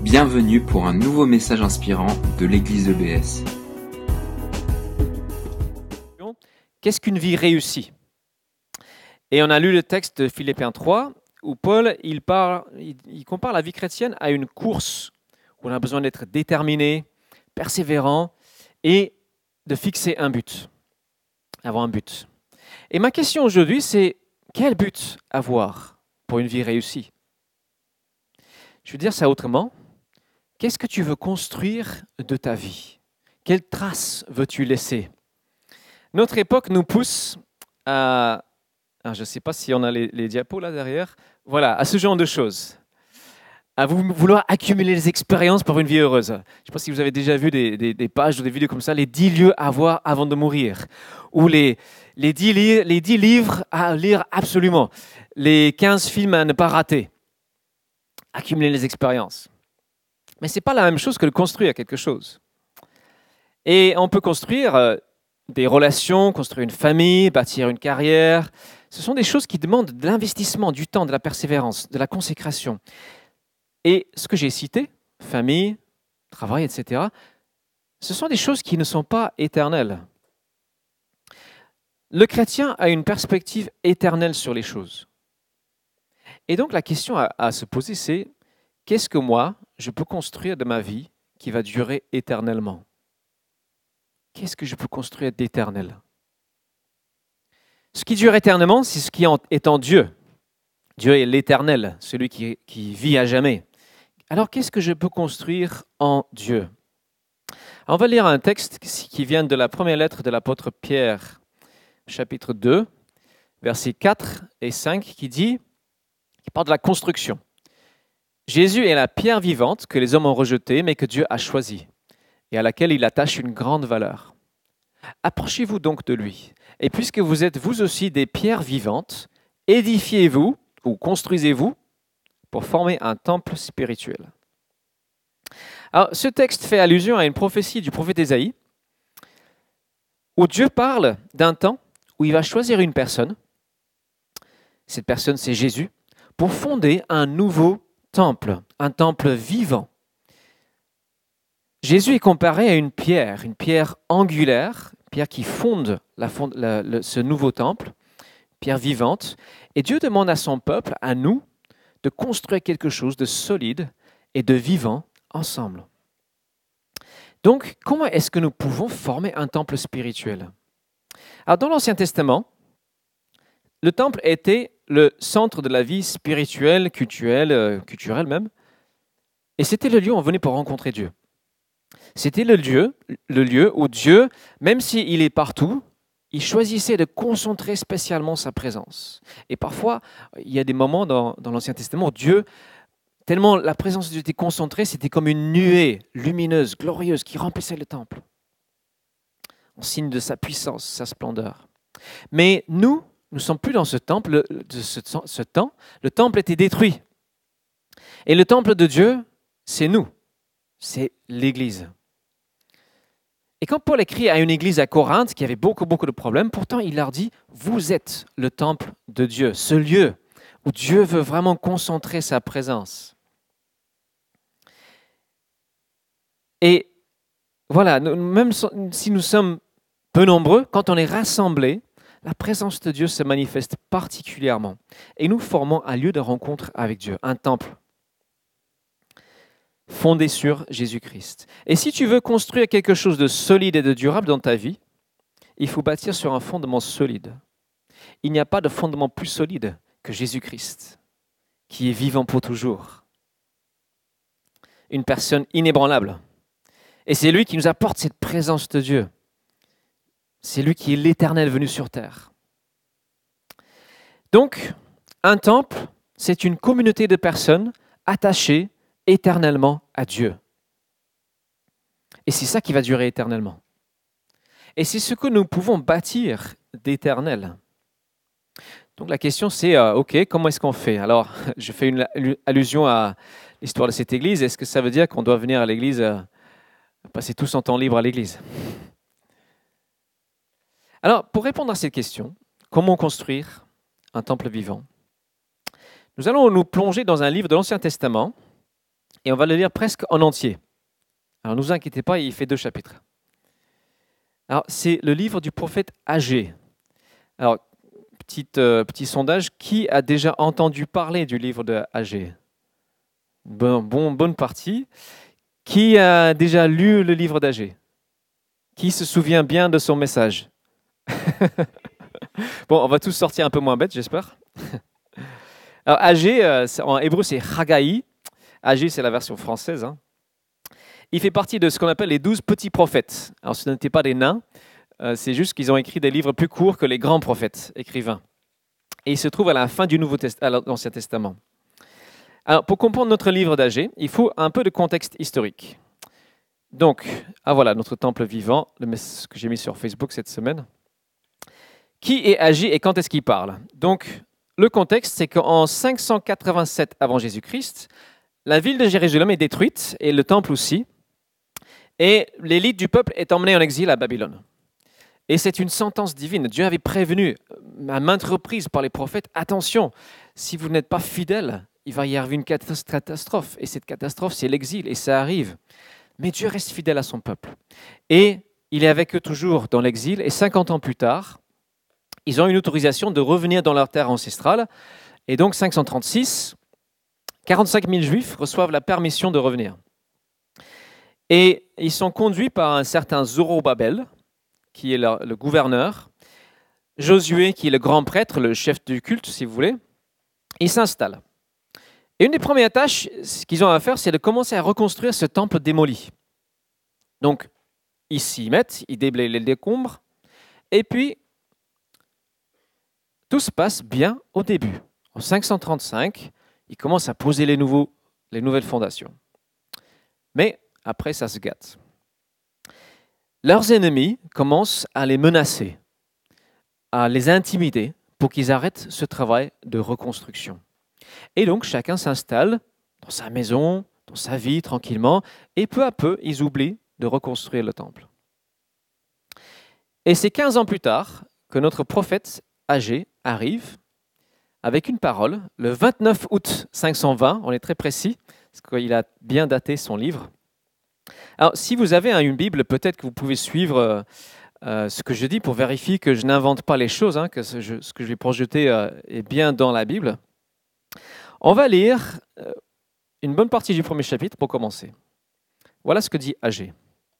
Bienvenue pour un nouveau message inspirant de l'Église EBS. Qu'est-ce qu'une vie réussie? Et on a lu le texte de Philippiens 3 où Paul il compare la vie chrétienne à une course où on a besoin d'être déterminé, persévérant et de fixer un but, avoir un but. Et ma question aujourd'hui, c'est quel but avoir pour une vie réussie? Je vais dire ça autrement. Qu'est-ce que tu veux construire de ta vie? Quelle trace veux-tu laisser? Notre époque nous pousse à... je ne sais pas si on a les diapos là derrière. Voilà, à ce genre de choses. À vouloir accumuler les expériences pour une vie heureuse. Je ne sais pas si vous avez déjà vu des pages ou des vidéos comme ça, les 10 lieux à voir avant de mourir. Ou les 10 livres à lire absolument. Les 15 films à ne pas rater. Accumuler les expériences. Mais ce n'est pas la même chose que de construire quelque chose. Et on peut construire des relations, construire une famille, bâtir une carrière. Ce sont des choses qui demandent de l'investissement, du temps, de la persévérance, de la consécration. Et ce que j'ai cité, famille, travail, etc., ce sont des choses qui ne sont pas éternelles. Le chrétien a une perspective éternelle sur les choses. Et donc la question à se poser, c'est qu'est-ce que moi, je peux construire de ma vie qui va durer éternellement? Qu'est-ce que je peux construire d'éternel? Ce qui dure éternellement, c'est ce qui est en Dieu. Dieu est l'éternel, celui qui vit à jamais. Alors, qu'est-ce que je peux construire en Dieu? On va lire un texte qui vient de la première lettre de l'apôtre Pierre, chapitre 2, versets 4 et 5, qui parle de la construction. Jésus est la pierre vivante que les hommes ont rejetée, mais que Dieu a choisie, et à laquelle il attache une grande valeur. Approchez-vous donc de lui, et puisque vous êtes vous aussi des pierres vivantes, édifiez-vous ou construisez-vous pour former un temple spirituel. Alors, ce texte fait allusion à une prophétie du prophète Ésaïe, où Dieu parle d'un temps où il va choisir une personne, cette personne c'est Jésus, pour fonder un nouveau temple, un temple vivant. Jésus est comparé à une pierre angulaire, pierre qui fonde ce nouveau temple, pierre vivante. Et Dieu demande à son peuple, à nous, de construire quelque chose de solide et de vivant ensemble. Donc, comment est-ce que nous pouvons former un temple spirituel? Alors, dans l'Ancien Testament, le temple était le centre de la vie spirituelle, culturelle même, et c'était le lieu où on venait pour rencontrer Dieu. C'était le lieu où Dieu, même s'il est partout, il choisissait de concentrer spécialement sa présence. Et parfois, il y a des moments dans l'Ancien Testament où Dieu, tellement la présence de Dieu était concentrée, c'était comme une nuée lumineuse, glorieuse, qui remplissait le temple, en signe de sa puissance, sa splendeur. Mais nous ne sommes plus dans ce temple, ce temps. Le temple était détruit. Et le temple de Dieu, c'est nous, c'est l'Église. Et quand Paul écrit à une église à Corinthe qui avait beaucoup de problèmes, pourtant il leur dit, vous êtes le temple de Dieu, ce lieu où Dieu veut vraiment concentrer sa présence. Et voilà, même si nous sommes peu nombreux, quand on est rassemblés, la présence de Dieu se manifeste particulièrement. Et nous formons un lieu de rencontre avec Dieu, un temple fondé sur Jésus-Christ. Et si tu veux construire quelque chose de solide et de durable dans ta vie, il faut bâtir sur un fondement solide. Il n'y a pas de fondement plus solide que Jésus-Christ, qui est vivant pour toujours. Une personne inébranlable. Et c'est lui qui nous apporte cette présence de Dieu. C'est lui qui est l'Éternel venu sur terre. Donc, un temple, c'est une communauté de personnes attachées éternellement à Dieu. Et c'est ça qui va durer éternellement. Et c'est ce que nous pouvons bâtir d'éternel. Donc la question c'est, comment est-ce qu'on fait? Alors, je fais une allusion à l'histoire de cette église. Est-ce que ça veut dire qu'on doit venir à l'église, passer tout son temps libre à l'église? Alors, pour répondre à cette question, comment construire un temple vivant? Nous allons nous plonger dans un livre de l'Ancien Testament. Et on va le lire presque en entier. Alors ne vous inquiétez pas, il fait 2 chapitres. Alors c'est le livre du prophète Agé. Alors petit sondage, qui a déjà entendu parler du livre de Agé? Bonne partie. Qui a déjà lu le livre d'Agé? Qui se souvient bien de son message? Bon, on va tous sortir un peu moins bêtes, j'espère. Alors Agé, en hébreu c'est Haggai. Agé, c'est la version française. Il fait partie de ce qu'on appelle les 12 petits prophètes. Alors ce n'étaient pas des nains, c'est juste qu'ils ont écrit des livres plus courts que les grands prophètes écrivains. Et il se trouve à la fin du l'Ancien Testament. Alors pour comprendre notre livre d'Agé, il faut un peu de contexte historique. Donc, voilà notre temple vivant, ce que j'ai mis sur Facebook cette semaine. Qui est Agé et quand est-ce qu'il parle? Donc, le contexte, c'est qu'en 587 avant Jésus-Christ, la ville de Jérusalem est détruite et le temple aussi. Et l'élite du peuple est emmenée en exil à Babylone. Et c'est une sentence divine. Dieu avait prévenu à maintes reprises par les prophètes, attention, si vous n'êtes pas fidèles, il va y arriver une catastrophe. Et cette catastrophe, c'est l'exil et ça arrive. Mais Dieu reste fidèle à son peuple. Et il est avec eux toujours dans l'exil. Et 50 ans plus tard, ils ont une autorisation de revenir dans leur terre ancestrale. Et donc 536, 45 000 Juifs reçoivent la permission de revenir. Et ils sont conduits par un certain Zorobabel, qui est le gouverneur, Josué, qui est le grand prêtre, le chef du culte, si vous voulez. Ils s'installent. Et une des premières tâches qu'ils ont à faire, c'est de commencer à reconstruire ce temple démoli. Donc, ils s'y mettent, ils déblayent les décombres, et puis, tout se passe bien au début. En 535, ils commencent à poser les nouvelles fondations. Mais après, ça se gâte. Leurs ennemis commencent à les menacer, à les intimider pour qu'ils arrêtent ce travail de reconstruction. Et donc, chacun s'installe dans sa maison, dans sa vie, tranquillement, et peu à peu, ils oublient de reconstruire le temple. Et c'est 15 ans plus tard que notre prophète Agé arrive avec une parole, le 29 août 520, on est très précis, parce qu'il a bien daté son livre. Alors, si vous avez une Bible, peut-être que vous pouvez suivre ce que je dis pour vérifier que je n'invente pas les choses, que ce que je vais projeter est bien dans la Bible. On va lire une bonne partie du premier chapitre pour commencer. Voilà ce que dit Agé.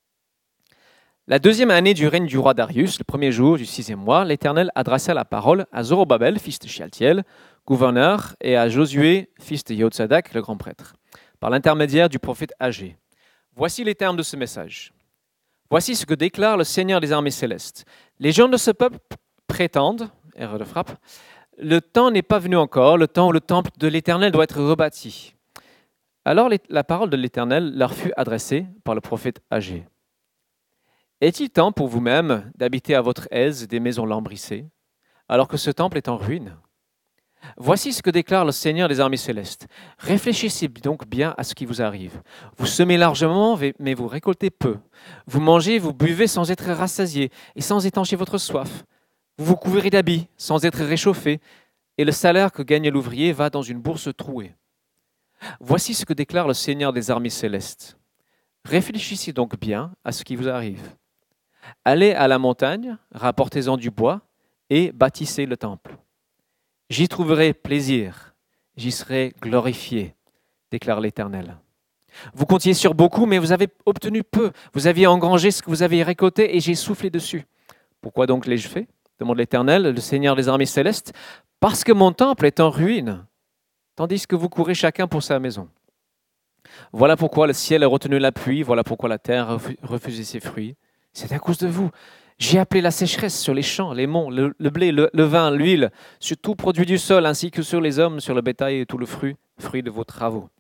La 2e année du règne du roi Darius, le 1er jour du 6e mois, l'Éternel adressa la parole à Zorobabel, fils de Shealtiel, gouverneur, et à Josué, fils de Yotzadak, le grand prêtre, par l'intermédiaire du prophète Agé. Voici les termes de ce message. Voici ce que déclare le Seigneur des armées célestes. Les gens de ce peuple prétendent, erreur de frappe, le temps n'est pas venu encore, le temps où le temple de l'Éternel doit être rebâti. Alors la parole de l'Éternel leur fut adressée par le prophète Agé. Est-il temps pour vous-même d'habiter à votre aise des maisons lambrissées, alors que ce temple est en ruine? Voici ce que déclare le Seigneur des armées célestes. Réfléchissez donc bien à ce qui vous arrive. Vous semez largement, mais vous récoltez peu. Vous mangez, vous buvez sans être rassasiés et sans étancher votre soif. Vous vous couvrez d'habits sans être réchauffés, et le salaire que gagne l'ouvrier va dans une bourse trouée. Voici ce que déclare le Seigneur des armées célestes. Réfléchissez donc bien à ce qui vous arrive. Allez à la montagne, rapportez-en du bois et bâtissez le temple. J'y trouverai plaisir, j'y serai glorifié, déclare l'Éternel. Vous comptiez sur beaucoup, mais vous avez obtenu peu. Vous aviez engrangé ce que vous aviez récolté et j'ai soufflé dessus. Pourquoi donc l'ai-je fait? Demande l'Éternel, le Seigneur des armées célestes. Parce que mon temple est en ruine, tandis que vous courez chacun pour sa maison. Voilà pourquoi le ciel a retenu la pluie, voilà pourquoi la terre a refusé ses fruits. C'est à cause de vous. J'ai appelé la sécheresse sur les champs, les monts, le blé, le vin, l'huile, sur tout produit du sol, ainsi que sur les hommes, sur le bétail et tout le fruit de vos travaux.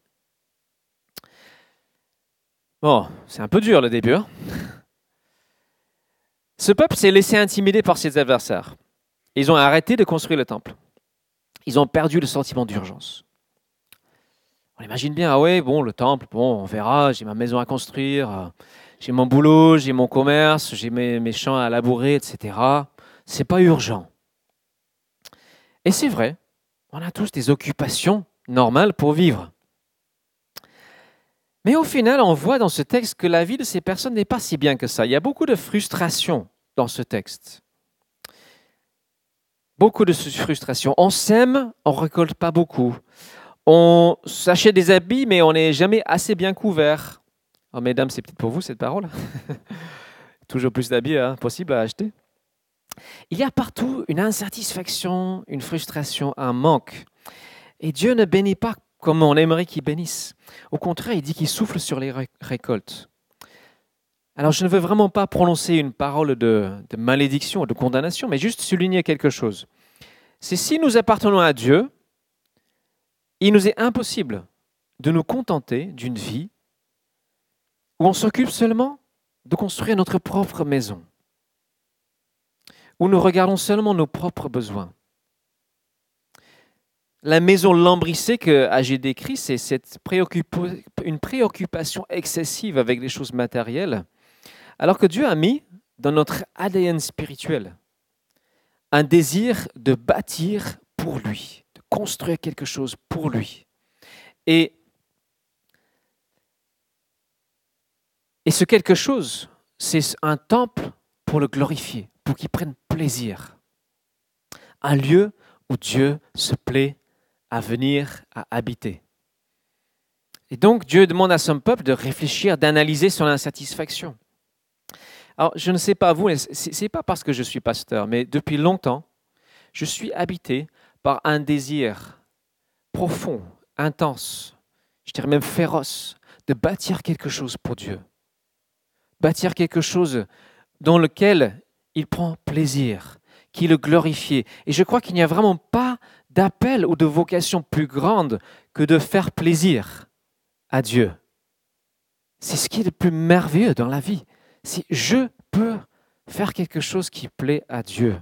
Bon, c'est un peu dur le début. Ce peuple s'est laissé intimider par ses adversaires. Ils ont arrêté de construire le temple. Ils ont perdu le sentiment d'urgence. On imagine bien, ah ouais, bon, le temple, bon, on verra, j'ai ma maison à construire, j'ai mon boulot, j'ai mon commerce, j'ai mes champs à labourer, etc. C'est pas urgent. Et c'est vrai, on a tous des occupations normales pour vivre. Mais au final, on voit dans ce texte que la vie de ces personnes n'est pas si bien que ça. Il y a beaucoup de frustration dans ce texte. Beaucoup de frustration. On sème, on ne récolte pas beaucoup. On s'achète des habits, mais on n'est jamais assez bien couvert. Oh, mesdames, c'est peut-être pour vous cette parole. Toujours plus d'habits possible à acheter. Il y a partout une insatisfaction, une frustration, un manque. Et Dieu ne bénit pas comme on aimerait qu'il bénisse. Au contraire, il dit qu'il souffle sur les récoltes. Alors, je ne veux vraiment pas prononcer une parole de malédiction ou de condamnation, mais juste souligner quelque chose. C'est si nous appartenons à Dieu, il nous est impossible de nous contenter d'une vie où on s'occupe seulement de construire notre propre maison, où nous regardons seulement nos propres besoins. La maison lambrissée que Agé décrit, c'est une préoccupation excessive avec les choses matérielles, alors que Dieu a mis dans notre ADN spirituel un désir de bâtir pour lui, de construire quelque chose pour lui. Et ce quelque chose, c'est un temple pour le glorifier, pour qu'il prenne plaisir. Un lieu où Dieu se plaît à venir, à habiter. Et donc, Dieu demande à son peuple de réfléchir, d'analyser son insatisfaction. Alors, je ne sais pas vous, ce n'est pas parce que je suis pasteur, mais depuis longtemps, je suis habité par un désir profond, intense, je dirais même féroce, de bâtir quelque chose pour Dieu. Bâtir quelque chose dans lequel il prend plaisir, qui le glorifie. Et je crois qu'il n'y a vraiment pas d'appel ou de vocation plus grande que de faire plaisir à Dieu. C'est ce qui est le plus merveilleux dans la vie. Si je peux faire quelque chose qui plaît à Dieu.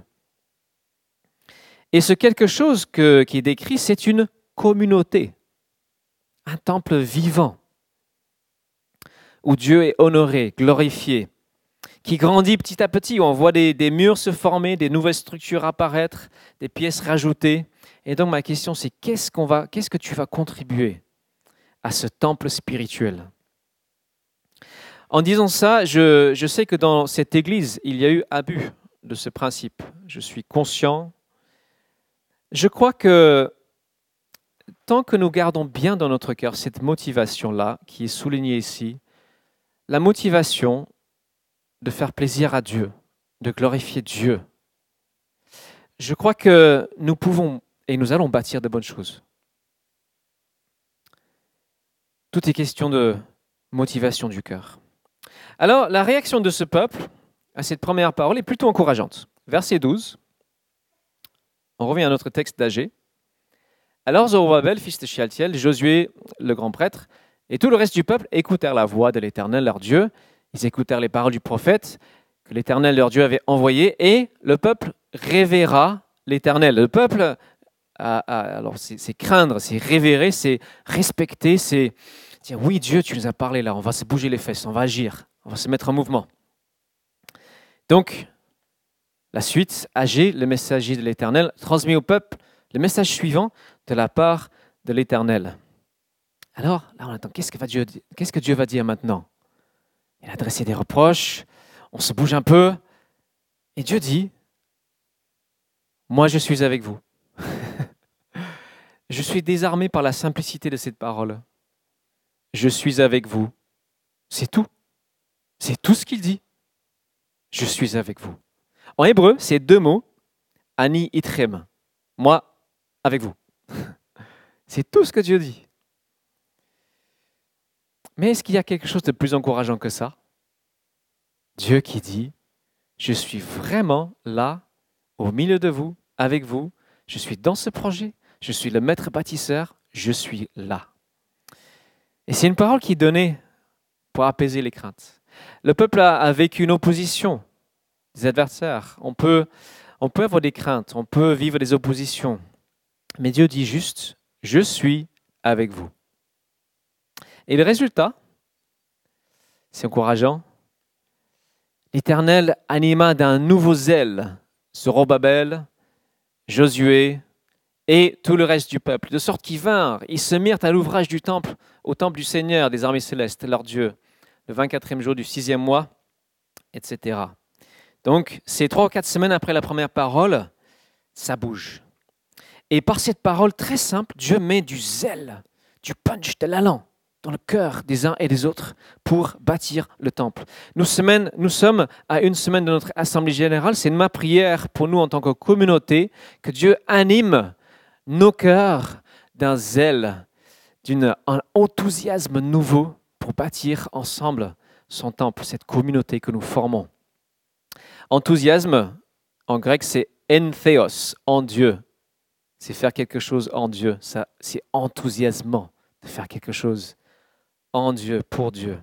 Et ce quelque chose qui est décrit, c'est une communauté, un temple vivant, où Dieu est honoré, glorifié, qui grandit petit à petit, où on voit des murs se former, des nouvelles structures apparaître, des pièces rajoutées. Et donc ma question, c'est qu'est-ce que tu vas contribuer à ce temple spirituel ? En disant ça, je sais que dans cette église, il y a eu abus de ce principe. Je suis conscient. Je crois que tant que nous gardons bien dans notre cœur cette motivation-là, qui est soulignée ici, la motivation de faire plaisir à Dieu, de glorifier Dieu, je crois que nous pouvons et nous allons bâtir de bonnes choses. Tout est question de motivation du cœur. Alors, la réaction de ce peuple à cette première parole est plutôt encourageante. Verset 12, on revient à notre texte d'Agé. Alors Zorobabel, fils de Shealtiel, Josué, le grand prêtre, et tout le reste du peuple écoutèrent la voix de l'Éternel, leur Dieu. Ils écoutèrent les paroles du prophète que l'Éternel, leur Dieu, avait envoyé, et le peuple révéra l'Éternel. Le peuple, alors c'est craindre, c'est révérer, c'est respecter, c'est dire oui, Dieu, tu nous as parlé là, on va se bouger les fesses, on va agir. On va se mettre en mouvement. Donc, la suite, Agé, le messager de l'Éternel, transmet au peuple le message suivant de la part de l'Éternel. Alors, là on attend, qu'est-ce que Dieu va dire maintenant ? Il a adressé des reproches, on se bouge un peu, et Dieu dit, moi je suis avec vous. Je suis désarmé par la simplicité de cette parole. Je suis avec vous. C'est tout. C'est tout ce qu'il dit. Je suis avec vous. En hébreu, c'est deux mots, ani itrem. Moi, avec vous. C'est tout ce que Dieu dit. Mais est-ce qu'il y a quelque chose de plus encourageant que ça ? Dieu qui dit, je suis vraiment là, au milieu de vous, avec vous. Je suis dans ce projet. Je suis le maître bâtisseur. Je suis là. Et c'est une parole qui est donnée pour apaiser les craintes. Le peuple a vécu une opposition, des adversaires. On peut avoir des craintes, on peut vivre des oppositions. Mais Dieu dit juste, je suis avec vous. Et le résultat, c'est encourageant. L'Éternel anima d'un nouveau zèle Zorobabel, Josué et tout le reste du peuple, de sorte qu'ils vinrent, ils se mirent à l'ouvrage du temple au temple du Seigneur des armées célestes, leur Dieu, le 24e jour du 6e mois, etc. Donc, ces 3 ou 4 semaines après la première parole, ça bouge. Et par cette parole très simple, Dieu met du zèle, du punch, de l'allant dans le cœur des uns et des autres pour bâtir le temple. Nous sommes à une semaine de notre Assemblée générale. C'est ma prière pour nous en tant que communauté que Dieu anime nos cœurs d'un zèle, d'un enthousiasme nouveau pour bâtir ensemble son temple, cette communauté que nous formons. Enthousiasme, en grec, c'est entheos, en Dieu. C'est faire quelque chose en Dieu. Ça, c'est enthousiasmant de faire quelque chose en Dieu, pour Dieu.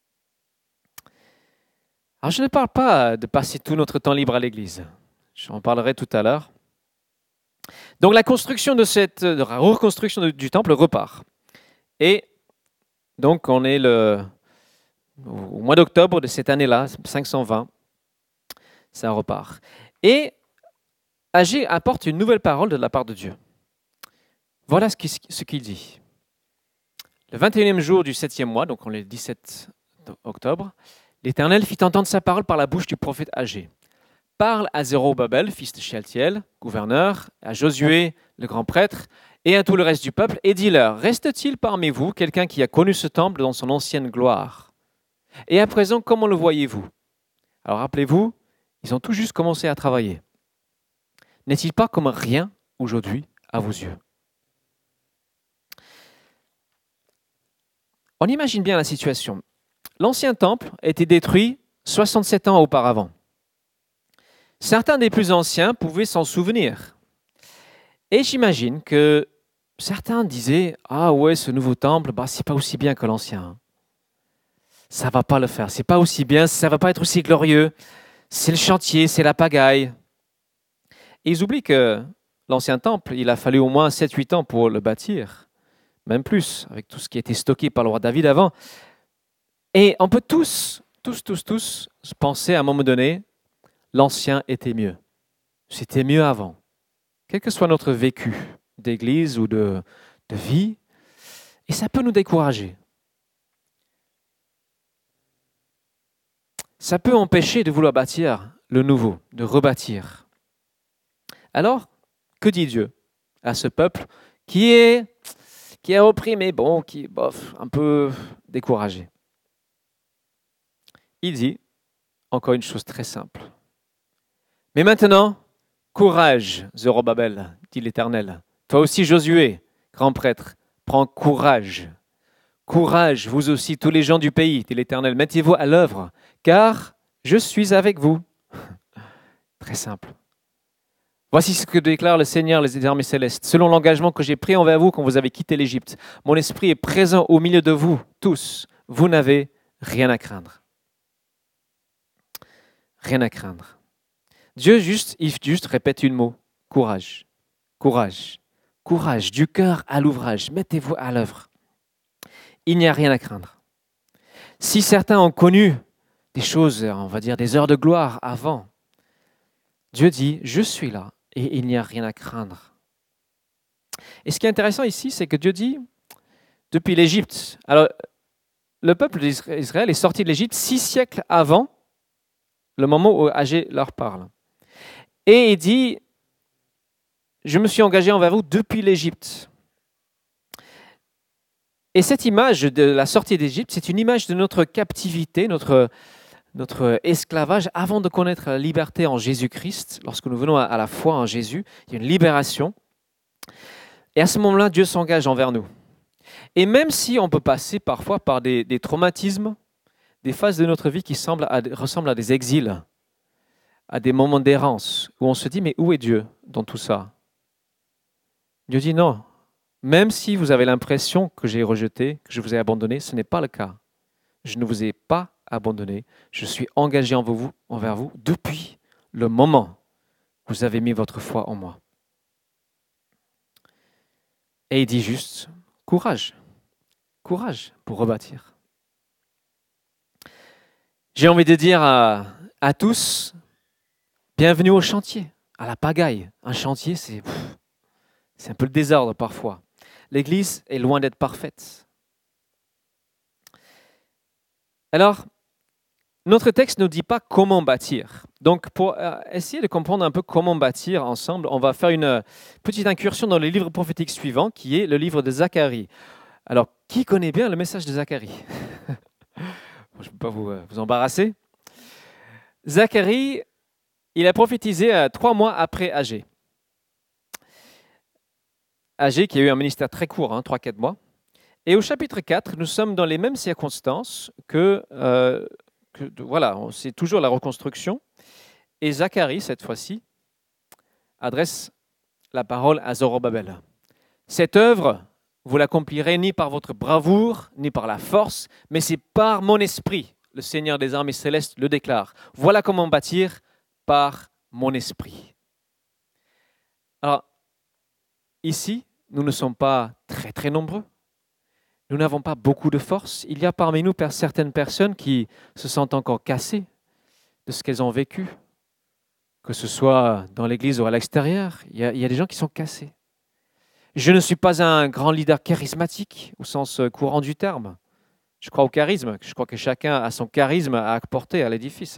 Alors, je ne parle pas de passer tout notre temps libre à l'église. J'en parlerai tout à l'heure. Donc, la reconstruction du temple repart. Et donc, on est au mois d'octobre de cette année-là, 520. Ça repart. Et Agé apporte une nouvelle parole de la part de Dieu. Voilà ce qu'il dit. Le 21e jour du 7e mois, donc on est le 17 octobre, l'Éternel fit entendre sa parole par la bouche du prophète Agé. Parle à Zérobabel, fils de Shealtiel, gouverneur, à Josué, le grand prêtre, et à tout le reste du peuple, et dis-leur, reste-t-il parmi vous quelqu'un qui a connu ce temple dans son ancienne gloire? Et à présent, comment le voyez-vous? Alors rappelez-vous, ils ont tout juste commencé à travailler. N'est-il pas comme rien aujourd'hui à vos yeux? On imagine bien la situation. L'ancien temple a été détruit 67 ans auparavant. Certains des plus anciens pouvaient s'en souvenir. Et j'imagine que certains disaient « Ah ouais, ce nouveau temple, c'est pas aussi bien que l'ancien. Ça va pas le faire, c'est pas aussi bien, ça va pas être aussi glorieux. C'est le chantier, c'est la pagaille. » Et ils oublient que l'ancien temple, il a fallu au moins 7-8 ans pour le bâtir. Même plus, avec tout ce qui a été stocké par le roi David avant. Et on peut tous penser à un moment donné, l'ancien était mieux. C'était mieux avant. Quel que soit notre vécu d'église ou de vie, et ça peut nous décourager. Ça peut empêcher de vouloir bâtir le nouveau, de rebâtir. Alors, que dit Dieu à ce peuple qui a repris, mais bon, qui est un peu découragé? Il dit encore une chose très simple. Mais maintenant, courage, Zérobabel, dit l'Éternel. Toi aussi, Josué, grand prêtre, prends courage. Courage, vous aussi, tous les gens du pays, dit l'Éternel. Mettez-vous à l'œuvre, car je suis avec vous. Très simple. Voici ce que déclare le Seigneur des armées célestes. Selon l'engagement que j'ai pris envers vous quand vous avez quitté l'Égypte, mon esprit est présent au milieu de vous tous. Vous n'avez rien à craindre. Rien à craindre. Dieu il juste répète un mot. Courage. Courage. Courage. Du cœur à l'ouvrage. Mettez-vous à l'œuvre. Il n'y a rien à craindre. Si certains ont connu des choses, on va dire des heures de gloire avant, Dieu dit, je suis là. Et il n'y a rien à craindre. Et ce qui est intéressant ici, c'est que Dieu dit, depuis l'Égypte, alors le peuple d'Israël est sorti de l'Égypte 6 siècles avant le moment où Agé leur parle. Et il dit, je me suis engagé envers vous depuis l'Égypte. Et cette image de la sortie d'Égypte, c'est une image de notre captivité, notre esclavage avant de connaître la liberté en Jésus-Christ. Lorsque nous venons à la foi en Jésus, il y a une libération. Et à ce moment-là, Dieu s'engage envers nous. Et même si on peut passer parfois par des traumatismes, des phases de notre vie qui ressemblent à des exils, à des moments d'errance, où on se dit, mais où est Dieu dans tout ça? Dieu dit non. Même si vous avez l'impression que j'ai rejeté, que je vous ai abandonné, ce n'est pas le cas. Je ne vous ai pas abandonné. Je suis engagé envers vous depuis le moment où vous avez mis votre foi en moi. Et il dit juste, courage. Courage pour rebâtir. J'ai envie de dire à tous, bienvenue au chantier, à la pagaille. Un chantier, c'est un peu le désordre parfois. L'Église est loin d'être parfaite. Alors, notre texte ne nous dit pas comment bâtir. Donc, pour essayer de comprendre un peu comment bâtir ensemble, on va faire une petite incursion dans le livre prophétique suivant, qui est le livre de Zacharie. Alors, qui connaît bien le message de Zacharie? Je ne peux pas vous embarrasser. Zacharie, il a prophétisé 3 mois après Agé. Agé qui a eu un ministère très court, 3-4 mois. Et au chapitre 4, nous sommes dans les mêmes circonstances voilà, c'est toujours la reconstruction. Et Zacharie, cette fois-ci, adresse la parole à Zorobabel. Cette œuvre, vous l'accomplirez ni par votre bravoure, ni par la force, mais c'est par mon esprit. Le Seigneur des armées célestes le déclare. Voilà comment bâtir par mon esprit. Alors, ici, nous ne sommes pas très très nombreux. Nous n'avons pas beaucoup de force. Il y a parmi nous certaines personnes qui se sentent encore cassées de ce qu'elles ont vécu, que ce soit dans l'Église ou à l'extérieur. Il y a des gens qui sont cassés. Je ne suis pas un grand leader charismatique au sens courant du terme. Je crois au charisme. Je crois que chacun a son charisme à apporter à l'édifice.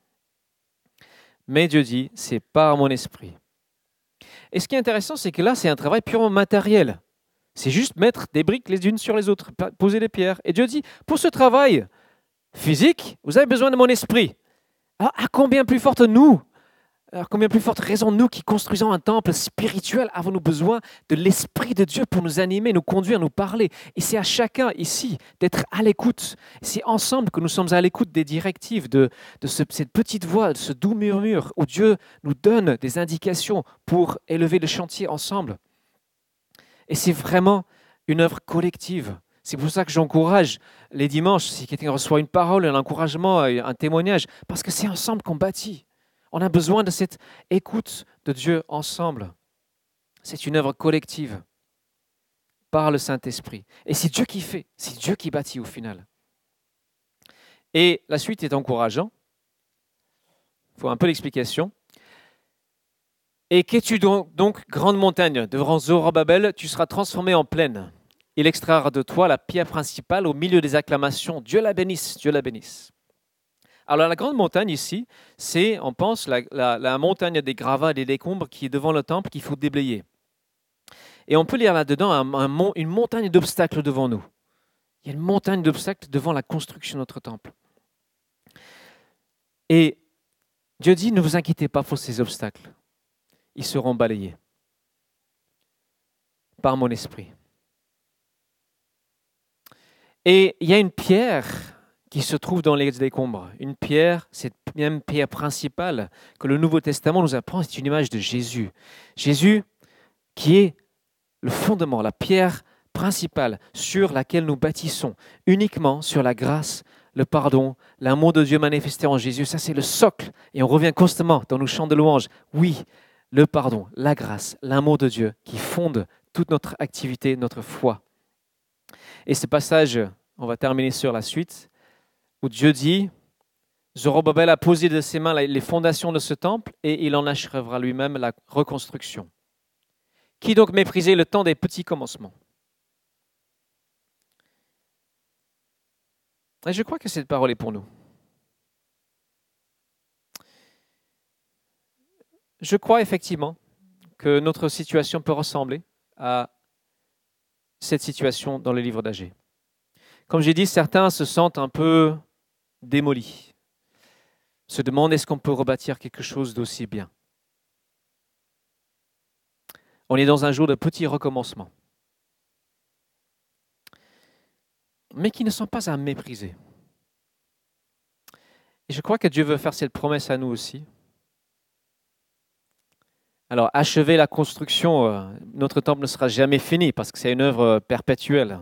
Mais Dieu dit, c'est par mon esprit. Et ce qui est intéressant, c'est que là, c'est un travail purement matériel. C'est juste mettre des briques les unes sur les autres, poser des pierres. Et Dieu dit, pour ce travail physique, vous avez besoin de mon esprit. Alors, à combien plus forte raison nous qui construisons un temple spirituel avons-nous besoin de l'Esprit de Dieu pour nous animer, nous conduire, nous parler. Et c'est à chacun ici d'être à l'écoute. C'est ensemble que nous sommes à l'écoute des directives, de cette petite voix, de ce doux murmure où Dieu nous donne des indications pour élever le chantier ensemble. Et c'est vraiment une œuvre collective. C'est pour ça que j'encourage les dimanches, si quelqu'un reçoit une parole, un encouragement, un témoignage, parce que c'est ensemble qu'on bâtit. On a besoin de cette écoute de Dieu ensemble. C'est une œuvre collective par le Saint-Esprit. Et c'est Dieu qui fait, c'est Dieu qui bâtit au final. Et la suite est encourageante. Il faut un peu l'explication. Et qu'es-tu donc, grande montagne? Devant Zorobabel, tu seras transformé en plaine. Il extraira de toi la pierre principale au milieu des acclamations. Dieu la bénisse, Dieu la bénisse. Alors la grande montagne ici, c'est, on pense, la montagne des gravats et des décombres qui est devant le temple qu'il faut déblayer. Et on peut lire là-dedans une montagne d'obstacles devant nous. Il y a une montagne d'obstacles devant la construction de notre temple. Et Dieu dit, ne vous inquiétez pas pour ces obstacles. Ils seront balayés par mon esprit. Et il y a une pierre qui se trouve dans les décombres. Une pierre, cette même pierre principale que le Nouveau Testament nous apprend, c'est une image de Jésus. Jésus qui est le fondement, la pierre principale sur laquelle nous bâtissons, uniquement sur la grâce, le pardon, l'amour de Dieu manifesté en Jésus. Ça, c'est le socle. Et on revient constamment dans nos chants de louange. Oui, le pardon, la grâce, l'amour de Dieu qui fonde toute notre activité, notre foi. Et ce passage, on va terminer sur la suite, où Dieu dit, Zorobabel a posé de ses mains les fondations de ce temple et il en achèvera lui-même la reconstruction. Qui donc méprisait le temps des petits commencements? Et je crois que cette parole est pour nous. Je crois effectivement que notre situation peut ressembler à cette situation dans le livre d'Agé. Comme j'ai dit, certains se sentent un peu démolis, se demandent est-ce qu'on peut rebâtir quelque chose d'aussi bien. On est dans un jour de petits recommencements, mais qui ne sont pas à mépriser. Et je crois que Dieu veut faire cette promesse à nous aussi. Alors, achever la construction, notre temple ne sera jamais fini parce que c'est une œuvre perpétuelle.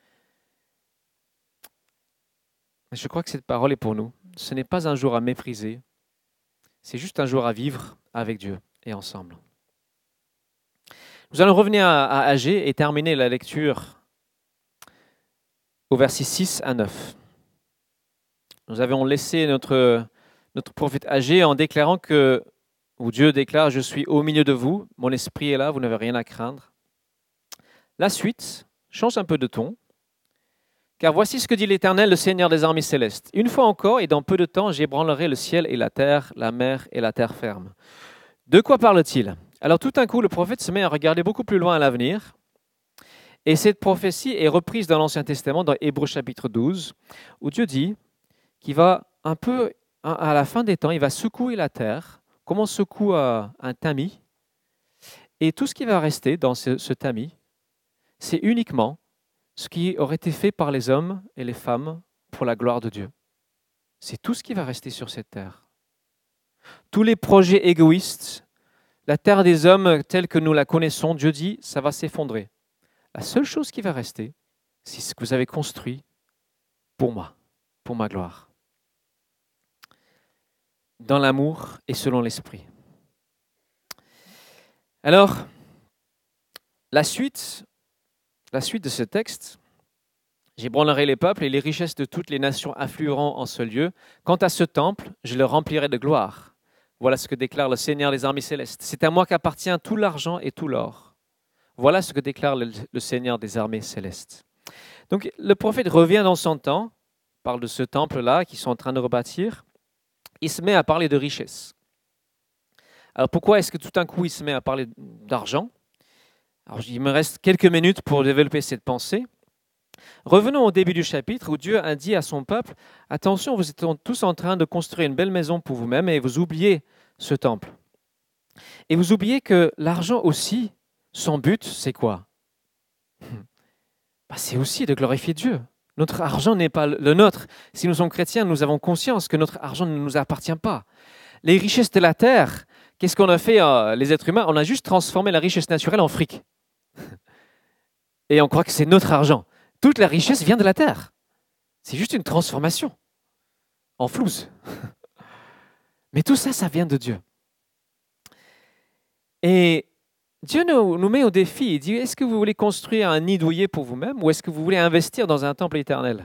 Mais je crois que cette parole est pour nous. Ce n'est pas un jour à mépriser, c'est juste un jour à vivre avec Dieu et ensemble. Nous allons revenir à Agé et terminer la lecture au verset 6 à 9. Nous avons laissé notre prophète Agé en déclarant où Dieu déclare « Je suis au milieu de vous, mon esprit est là, vous n'avez rien à craindre ». La suite change un peu de ton, Car voici ce que dit l'Éternel, le Seigneur des armées célestes. Une fois encore, et dans peu de temps, j'ébranlerai le ciel et la terre, la mer et la terre ferme. De quoi parle-t-il? Alors tout d'un coup, le prophète se met à regarder beaucoup plus loin à l'avenir. Et cette prophétie est reprise dans l'Ancien Testament, dans Hébreux chapitre 12, où Dieu dit qu'il va un peu, à la fin des temps, il va secouer la terre, comme on secoue un tamis. Et tout ce qui va rester dans ce tamis, c'est uniquement ce qui aurait été fait par les hommes et les femmes pour la gloire de Dieu. C'est tout ce qui va rester sur cette terre. Tous les projets égoïstes, la terre des hommes telle que nous la connaissons, Dieu dit, ça va s'effondrer. La seule chose qui va rester, c'est ce que vous avez construit pour moi, pour ma gloire. Dans l'amour et selon l'esprit. Alors, la suite de ce texte, j'ébranlerai les peuples et les richesses de toutes les nations afflueront en ce lieu. Quant à ce temple, je le remplirai de gloire. Voilà ce que déclare le Seigneur des armées célestes. C'est à moi qu'appartient tout l'argent et tout l'or. Voilà ce que déclare le Seigneur des armées célestes. Donc le prophète revient dans son temps, parle de ce temple-là qu'ils sont en train de rebâtir. Il se met à parler de richesse. Alors pourquoi est-ce que tout d'un coup il se met à parler d'argent? Alors il me reste quelques minutes pour développer cette pensée. Revenons au début du chapitre où Dieu a dit à son peuple, attention, vous êtes tous en train de construire une belle maison pour vous-même et vous oubliez ce temple. Et vous oubliez que l'argent aussi, son but, c'est quoi? C'est aussi de glorifier Dieu. Notre argent n'est pas le nôtre. Si nous sommes chrétiens, nous avons conscience que notre argent ne nous appartient pas. Les richesses de la terre, qu'est-ce qu'on a fait, les êtres humains? On a juste transformé la richesse naturelle en fric. Et on croit que c'est notre argent. Toute la richesse vient de la terre. C'est juste une transformation en flouze. Mais tout ça, ça vient de Dieu. Et Dieu nous met au défi. Il dit, est-ce que vous voulez construire un nid douillet pour vous-même ou est-ce que vous voulez investir dans un temple éternel?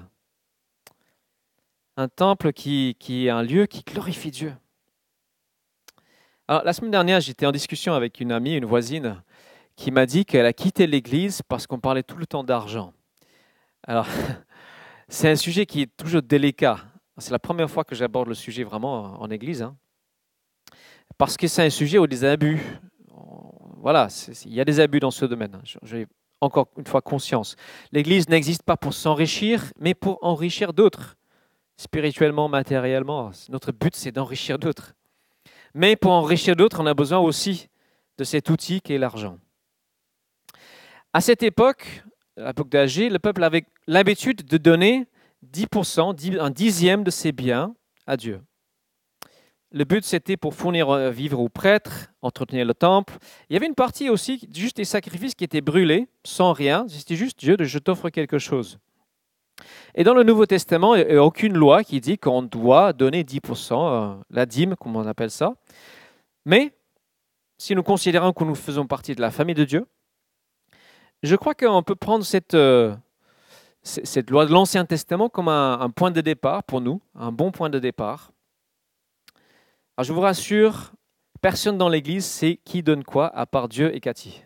Un temple qui est un lieu qui glorifie Dieu. Alors, la semaine dernière, j'étais en discussion avec une amie, une voisine, qui m'a dit qu'elle a quitté l'église parce qu'on parlait tout le temps d'argent. Alors, c'est un sujet qui est toujours délicat. C'est la première fois que j'aborde le sujet vraiment en église. Parce que c'est un sujet où il y a des abus. Voilà, il y a des abus dans ce domaine. J'ai encore une fois conscience. L'église n'existe pas pour s'enrichir, mais pour enrichir d'autres. Spirituellement, matériellement. Notre but, c'est d'enrichir d'autres. Mais pour enrichir d'autres, on a besoin aussi de cet outil qui est l'argent. À cette époque, à l'époque d'Agé, le peuple avait l'habitude de donner 10%, un dixième de ses biens à Dieu. Le but, c'était pour fournir vivre aux prêtres, entretenir le temple. Il y avait une partie aussi, juste des sacrifices qui étaient brûlés, sans rien. C'était juste Dieu, je t'offre quelque chose. Et dans le Nouveau Testament, il n'y a aucune loi qui dit qu'on doit donner 10%, la dîme, comme on appelle ça. Mais si nous considérons que nous faisons partie de la famille de Dieu, je crois qu'on peut prendre cette loi de l'Ancien Testament comme un point de départ pour nous, un bon point de départ. Alors je vous rassure, personne dans l'Église sait qui donne quoi à part Dieu et Cathy.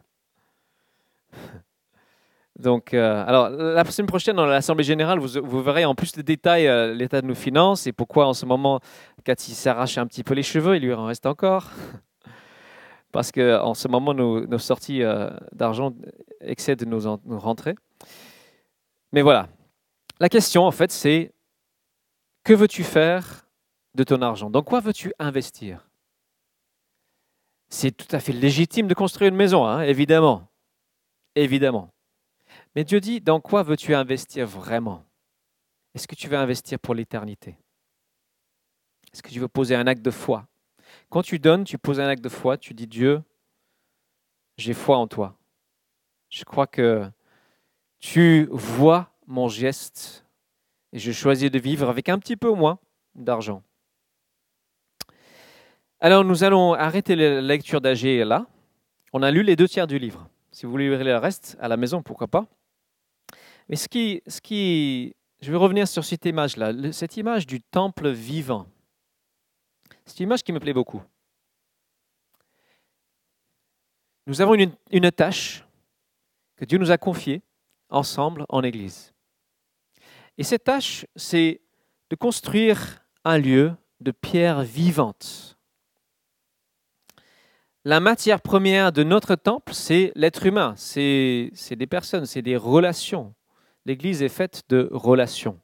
Donc, alors, la semaine prochaine, dans l'Assemblée générale, vous verrez en plus de détails l'état de nos finances et pourquoi en ce moment, Cathy s'arrache un petit peu les cheveux, il lui en reste encore. Parce qu'en ce moment, nos sorties d'argent excèdent nos rentrées. Mais voilà, la question en fait, c'est que veux-tu faire de ton argent? Dans quoi veux-tu investir? C'est tout à fait légitime de construire une maison, évidemment. Évidemment. Mais Dieu dit, dans quoi veux-tu investir vraiment? Est-ce que tu veux investir pour l'éternité? Est-ce que tu veux poser un acte de foi? Quand tu donnes, tu poses un acte de foi, tu dis, Dieu, j'ai foi en toi. Je crois que tu vois mon geste et je choisis de vivre avec un petit peu moins d'argent. Alors, nous allons arrêter la lecture d'Agé là. On a lu les 2 tiers du livre. Si vous voulez lire le reste à la maison, pourquoi pas. Mais je vais revenir sur cette image-là, cette image du temple vivant. C'est une image qui me plaît beaucoup. Nous avons une tâche que Dieu nous a confiée ensemble en Église. Et cette tâche, c'est de construire un lieu de pierre vivante. La matière première de notre temple, c'est l'être humain, c'est des personnes, c'est des relations. L'Église est faite de relations.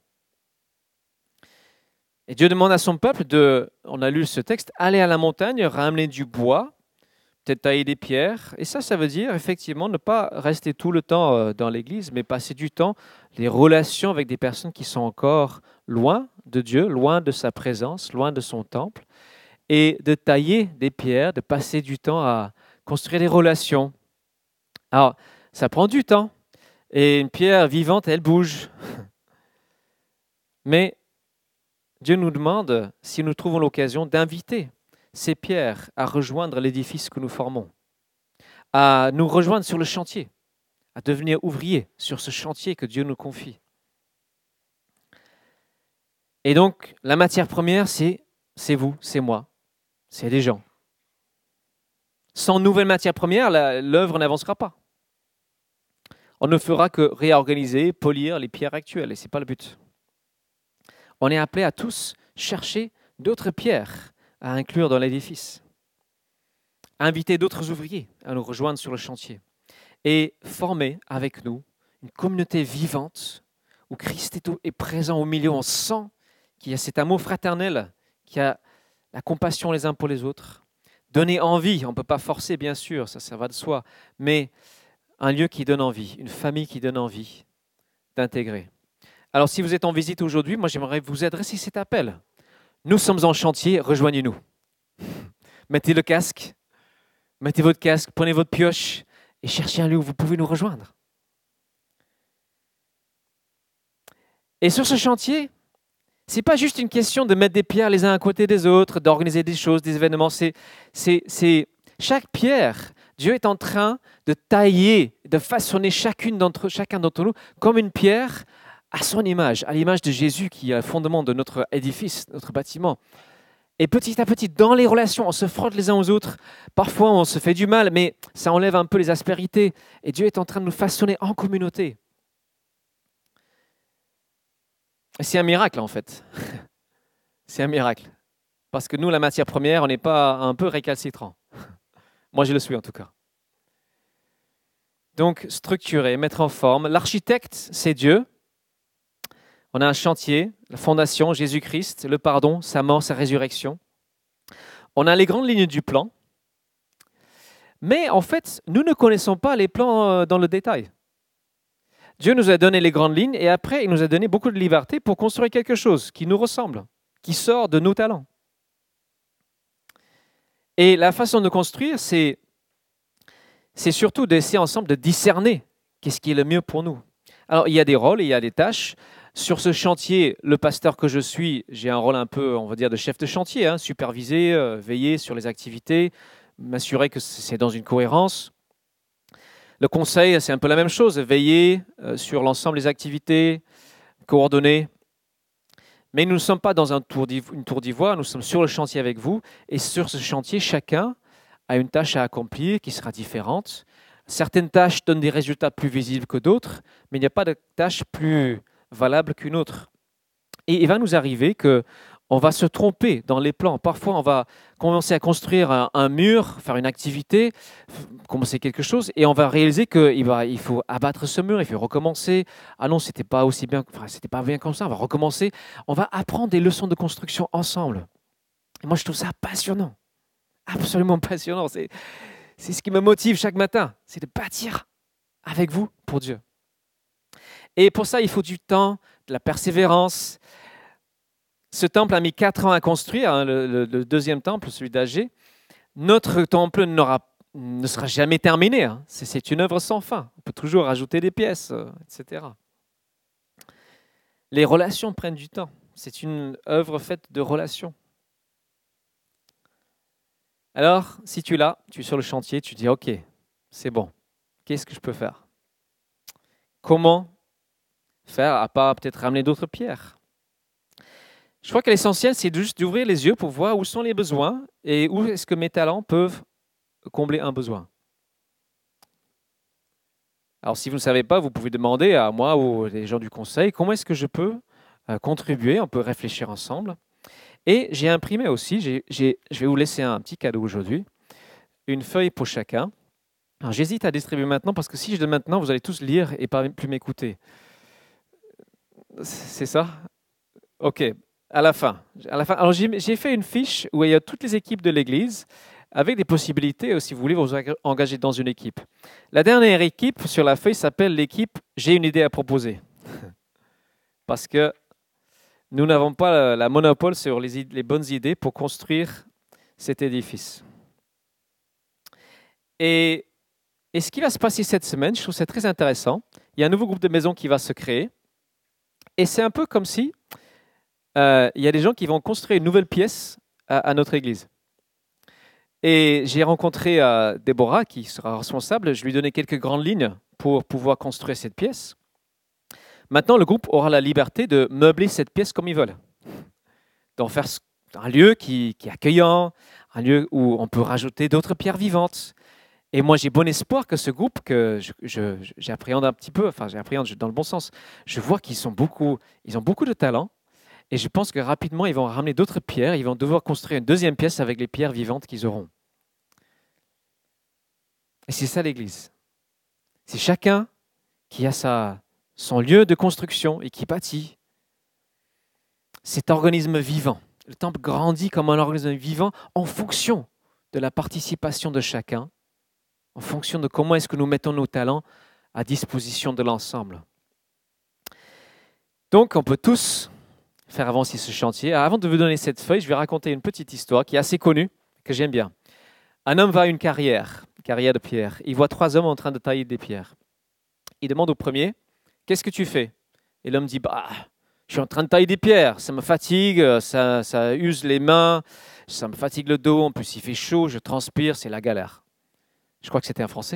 Et Dieu demande à son peuple on a lu ce texte, aller à la montagne, ramener du bois, peut-être tailler des pierres. Et ça veut dire effectivement ne pas rester tout le temps dans l'Église, mais passer du temps, les relations avec des personnes qui sont encore loin de Dieu, loin de sa présence, loin de son temple, et de tailler des pierres, de passer du temps à construire des relations. Alors, ça prend du temps, et une pierre vivante, elle bouge. Mais Dieu nous demande, si nous trouvons l'occasion, d'inviter ces pierres à rejoindre l'édifice que nous formons, à nous rejoindre sur le chantier, à devenir ouvriers sur ce chantier que Dieu nous confie. Et donc, la matière première, c'est vous, c'est moi, c'est les gens. Sans nouvelle matière première, l'œuvre n'avancera pas. On ne fera que réorganiser, polir les pierres actuelles, et ce n'est pas le but. On est appelé à tous chercher d'autres pierres à inclure dans l'édifice, à inviter d'autres ouvriers à nous rejoindre sur le chantier et former avec nous une communauté vivante où Christ est présent au milieu. On sent qu'il y a cet amour fraternel, qu'il y a la compassion les uns pour les autres. Donner envie, on ne peut pas forcer bien sûr, ça va de soi, mais un lieu qui donne envie, une famille qui donne envie d'intégrer. Alors si vous êtes en visite aujourd'hui, moi j'aimerais vous adresser cet appel. Nous sommes en chantier, rejoignez-nous. Mettez le casque, mettez votre casque, prenez votre pioche et cherchez un lieu où vous pouvez nous rejoindre. Et sur ce chantier, ce n'est pas juste une question de mettre des pierres les uns à côté des autres, d'organiser des choses, des événements. C'est chaque pierre, Dieu est en train de tailler, de façonner chacun d'entre nous comme une pierre à son image, à l'image de Jésus qui est le fondement de notre édifice, notre bâtiment. Et petit à petit, dans les relations, on se frotte les uns aux autres. Parfois, on se fait du mal, mais ça enlève un peu les aspérités. Et Dieu est en train de nous façonner en communauté. Et c'est un miracle, en fait. C'est un miracle. Parce que nous, la matière première, on n'est pas un peu récalcitrant. Moi, je le suis en tout cas. Donc, structurer, mettre en forme. L'architecte, c'est Dieu. On a un chantier, la fondation, Jésus-Christ, le pardon, sa mort, sa résurrection. On a les grandes lignes du plan. Mais en fait, nous ne connaissons pas les plans dans le détail. Dieu nous a donné les grandes lignes et après, il nous a donné beaucoup de liberté pour construire quelque chose qui nous ressemble, qui sort de nos talents. Et la façon de construire, c'est surtout d'essayer ensemble de discerner qu'est-ce qui est le mieux pour nous. Alors, il y a des rôles et il y a des tâches. Sur ce chantier, le pasteur que je suis, j'ai un rôle un peu, on va dire, de chef de chantier, superviser, veiller sur les activités, m'assurer que c'est dans une cohérence. Le conseil, c'est un peu la même chose, veiller sur l'ensemble des activités, coordonner. Mais nous ne sommes pas dans une tour d'ivoire, nous sommes sur le chantier avec vous. Et sur ce chantier, chacun a une tâche à accomplir qui sera différente. Certaines tâches donnent des résultats plus visibles que d'autres, mais il n'y a pas de tâche plus valable qu'une autre. Et il va nous arriver qu'on va se tromper dans les plans. Parfois, on va commencer à construire un mur, faire une activité, commencer quelque chose, et on va réaliser qu'il faut abattre ce mur, il faut recommencer. Ah non, c'était pas bien comme ça, on va recommencer. On va apprendre des leçons de construction ensemble. Et moi, je trouve ça passionnant, absolument passionnant. C'est ce qui me motive chaque matin, c'est de bâtir avec vous pour Dieu. Et pour ça, il faut du temps, de la persévérance. Ce temple a mis 4 ans à construire, le deuxième temple, celui d'Agé. Notre temple ne sera jamais terminé. C'est une œuvre sans fin. On peut toujours rajouter des pièces, etc. Les relations prennent du temps. C'est une œuvre faite de relations. Alors, si tu es là, tu es sur le chantier, tu dis « Ok, c'est bon. Qu'est-ce que je peux faire ?» Comment faire, à part peut-être ramener d'autres pierres? Je crois que l'essentiel, c'est juste d'ouvrir les yeux pour voir où sont les besoins et où est-ce que mes talents peuvent combler un besoin. Alors si vous ne savez pas, vous pouvez demander à moi ou les gens du conseil comment est-ce que je peux contribuer. On peut réfléchir ensemble. Et j'ai imprimé aussi, je vais vous laisser un petit cadeau aujourd'hui, une feuille pour chacun. Alors j'hésite à distribuer maintenant parce que si je donne maintenant, vous allez tous lire et pas plus m'écouter. C'est ça? OK. À la fin. Alors j'ai fait une fiche où il y a toutes les équipes de l'Église avec des possibilités, si vous voulez vous engager dans une équipe. La dernière équipe sur la feuille s'appelle l'équipe J'ai une idée à proposer. Parce que nous n'avons pas la monopole sur les bonnes idées pour construire cet édifice. Et ce qui va se passer cette semaine, je trouve ça très intéressant. Il y a un nouveau groupe de maisons qui va se créer. Et c'est un peu comme si il y a des gens qui vont construire une nouvelle pièce à notre église. Et j'ai rencontré Déborah, qui sera responsable. Je lui ai donné quelques grandes lignes pour pouvoir construire cette pièce. Maintenant, le groupe aura la liberté de meubler cette pièce comme ils veulent. D'en faire un lieu qui est accueillant, un lieu où on peut rajouter d'autres pierres vivantes. Et moi, j'ai bon espoir que ce groupe, que j'appréhende un petit peu, enfin j'appréhende dans le bon sens, je vois ils ont beaucoup de talent. Et je pense que rapidement, ils vont ramener d'autres pierres. Ils vont devoir construire une deuxième pièce avec les pierres vivantes qu'ils auront. Et c'est ça l'Église. C'est chacun qui a son lieu de construction et qui bâtit cet organisme vivant. Le temple grandit comme un organisme vivant en fonction de la participation de chacun, en fonction de comment est-ce que nous mettons nos talents à disposition de l'ensemble. Donc, on peut tous faire avancer ce chantier. Avant de vous donner cette feuille, je vais raconter une petite histoire qui est assez connue, que j'aime bien. Un homme va à une carrière de pierre. Il voit 3 hommes en train de tailler des pierres. Il demande au premier, « Qu'est-ce que tu fais ?» Et l'homme dit, « Je suis en train de tailler des pierres, ça me fatigue, ça use les mains, ça me fatigue le dos, en plus il fait chaud, je transpire, c'est la galère. » Je crois que c'était un Français.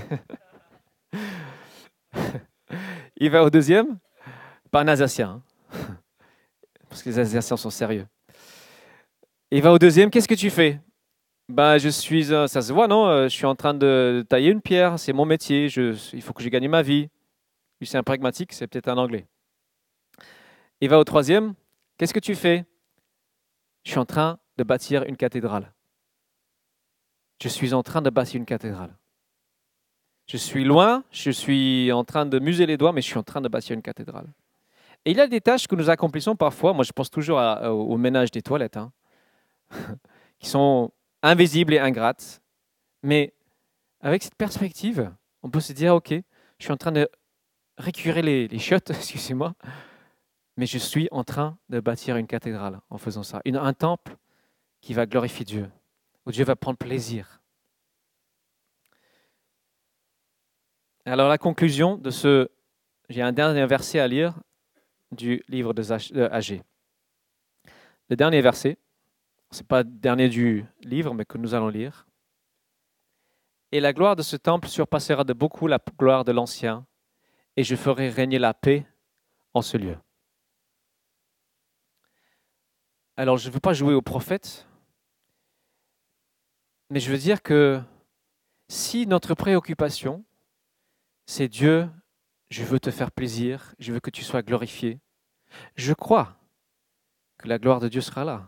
Il va au deuxième, pas un Alsacien, parce que les Alsaciens sont sérieux. Il va au deuxième, qu'est-ce que tu fais? Je suis, ça se voit, non? Je suis en train de tailler une pierre, c'est mon métier, il faut que je gagne ma vie. Lui, c'est un pragmatique, c'est peut-être un Anglais. Il va au troisième, qu'est-ce que tu fais? Je suis en train de bâtir une cathédrale. Je suis en train de bâtir une cathédrale. Je suis loin, je suis en train de muser les doigts, mais je suis en train de bâtir une cathédrale. Et il y a des tâches que nous accomplissons parfois, moi je pense toujours au ménage des toilettes, qui sont invisibles et ingrates, mais avec cette perspective, on peut se dire, ok, je suis en train de récurer les chiottes, excusez-moi, mais je suis en train de bâtir une cathédrale en faisant ça, un temple qui va glorifier Dieu, où Dieu va prendre plaisir. Alors la conclusion de j'ai un dernier verset à lire du livre d'Agée. Le dernier verset, ce n'est pas le dernier du livre, mais que nous allons lire. « Et la gloire de ce temple surpassera de beaucoup la gloire de l'ancien, et je ferai régner la paix en ce lieu. » Alors je ne veux pas jouer au prophète, mais je veux dire que si notre préoccupation, c'est Dieu, je veux te faire plaisir, je veux que tu sois glorifié, je crois que la gloire de Dieu sera là.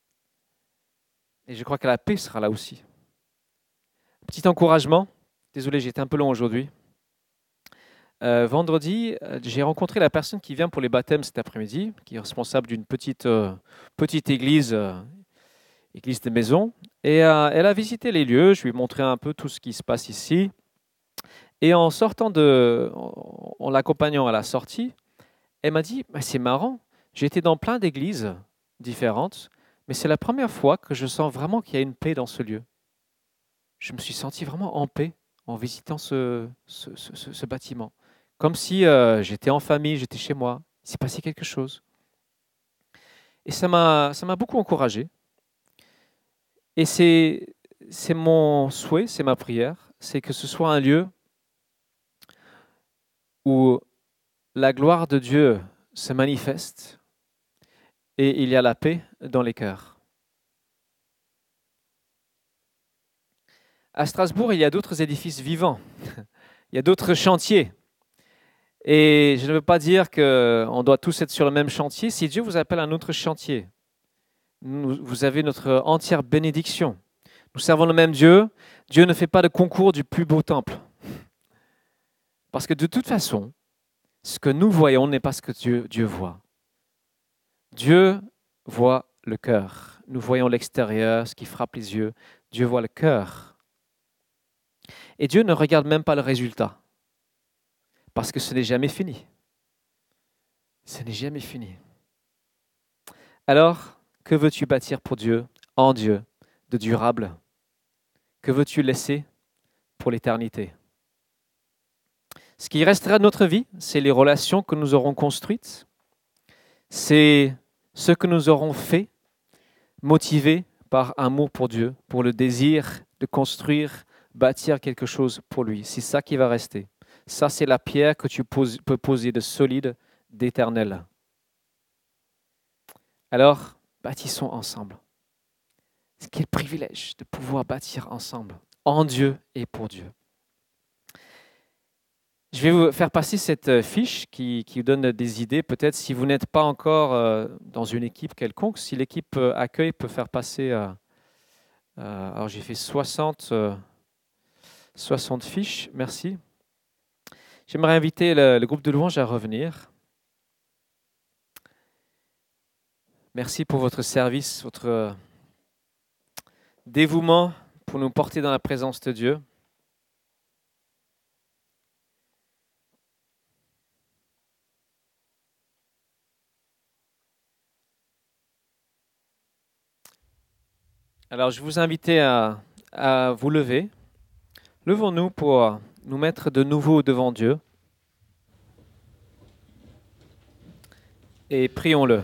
Et je crois que la paix sera là aussi. Petit encouragement, désolé, j'ai été un peu long aujourd'hui. Vendredi, j'ai rencontré la personne qui vient pour les baptêmes cet après-midi, qui est responsable d'une petite église, église de maison. Et elle a visité les lieux, je lui ai montré un peu tout ce qui se passe ici. Et en l'accompagnant à la sortie, elle m'a dit, c'est marrant, j'ai été dans plein d'églises différentes, mais c'est la première fois que je sens vraiment qu'il y a une paix dans ce lieu. Je me suis senti vraiment en paix en visitant ce bâtiment. Comme si j'étais en famille, j'étais chez moi. Il s'est passé quelque chose. Et ça m'a beaucoup encouragé. Et c'est mon souhait, c'est ma prière, c'est que ce soit un lieu où la gloire de Dieu se manifeste et il y a la paix dans les cœurs. À Strasbourg, il y a d'autres édifices vivants Il y a d'autres chantiers. Et je ne veux pas dire qu'on doit tous être sur le même chantier. Si Dieu vous appelle à un autre chantier, vous avez notre entière bénédiction. Nous servons le même Dieu. Dieu ne fait pas de concours du plus beau temple. Parce que de toute façon, ce que nous voyons n'est pas ce que Dieu voit. Dieu voit le cœur. Nous voyons l'extérieur, ce qui frappe les yeux. Dieu voit le cœur. Et Dieu ne regarde même pas le résultat. Parce que ce n'est jamais fini. Ce n'est jamais fini. Alors, que veux-tu bâtir pour Dieu, en Dieu, de durable? Que veux-tu laisser pour l'éternité? Ce qui restera de notre vie, c'est les relations que nous aurons construites. C'est ce que nous aurons fait, motivés par amour pour Dieu, pour le désir de construire, bâtir quelque chose pour lui. C'est ça qui va rester. Ça, c'est la pierre que tu peux poser de solide, d'éternel. Alors, bâtissons ensemble. Quel privilège de pouvoir bâtir ensemble, en Dieu et pour Dieu. Je vais vous faire passer cette fiche qui vous donne des idées. Peut-être si vous n'êtes pas encore dans une équipe quelconque, si l'équipe accueil peut faire passer... alors j'ai fait 60 fiches, merci. J'aimerais inviter le groupe de louange à revenir. Merci pour votre service, votre dévouement pour nous porter dans la présence de Dieu. Alors, je vous invite à vous lever. Levons-nous pour nous mettre de nouveau devant Dieu. Et prions-le.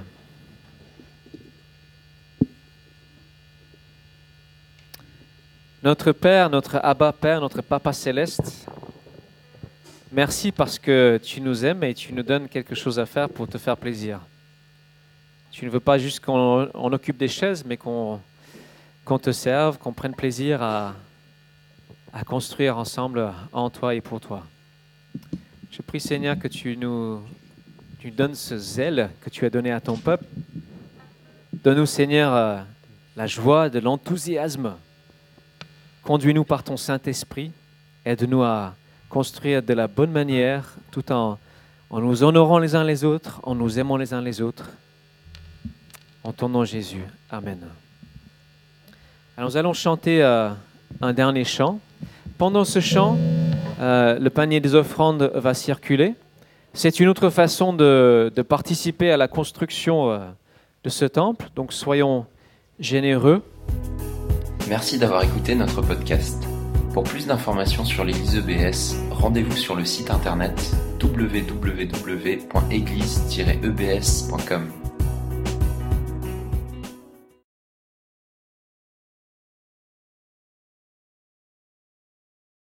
Notre Père, notre Abba Père, notre Papa Céleste, merci parce que tu nous aimes et tu nous donnes quelque chose à faire pour te faire plaisir. Tu ne veux pas juste qu'on occupe des chaises, mais qu'on te serve, qu'on prenne plaisir à construire ensemble en toi et pour toi. Je prie Seigneur que tu donnes ce zèle que tu as donné à ton peuple. Donne-nous Seigneur la joie, de l'enthousiasme. Conduis-nous par ton Saint-Esprit. Aide-nous à construire de la bonne manière tout en nous honorant les uns les autres, en nous aimant les uns les autres. En ton nom Jésus. Amen. Alors, nous allons chanter un dernier chant. Pendant ce chant, le panier des offrandes va circuler. C'est une autre façon de participer à la construction de ce temple. Donc soyons généreux. Merci d'avoir écouté notre podcast. Pour plus d'informations sur l'Église EBS, rendez-vous sur le site internet www.église-ebs.com.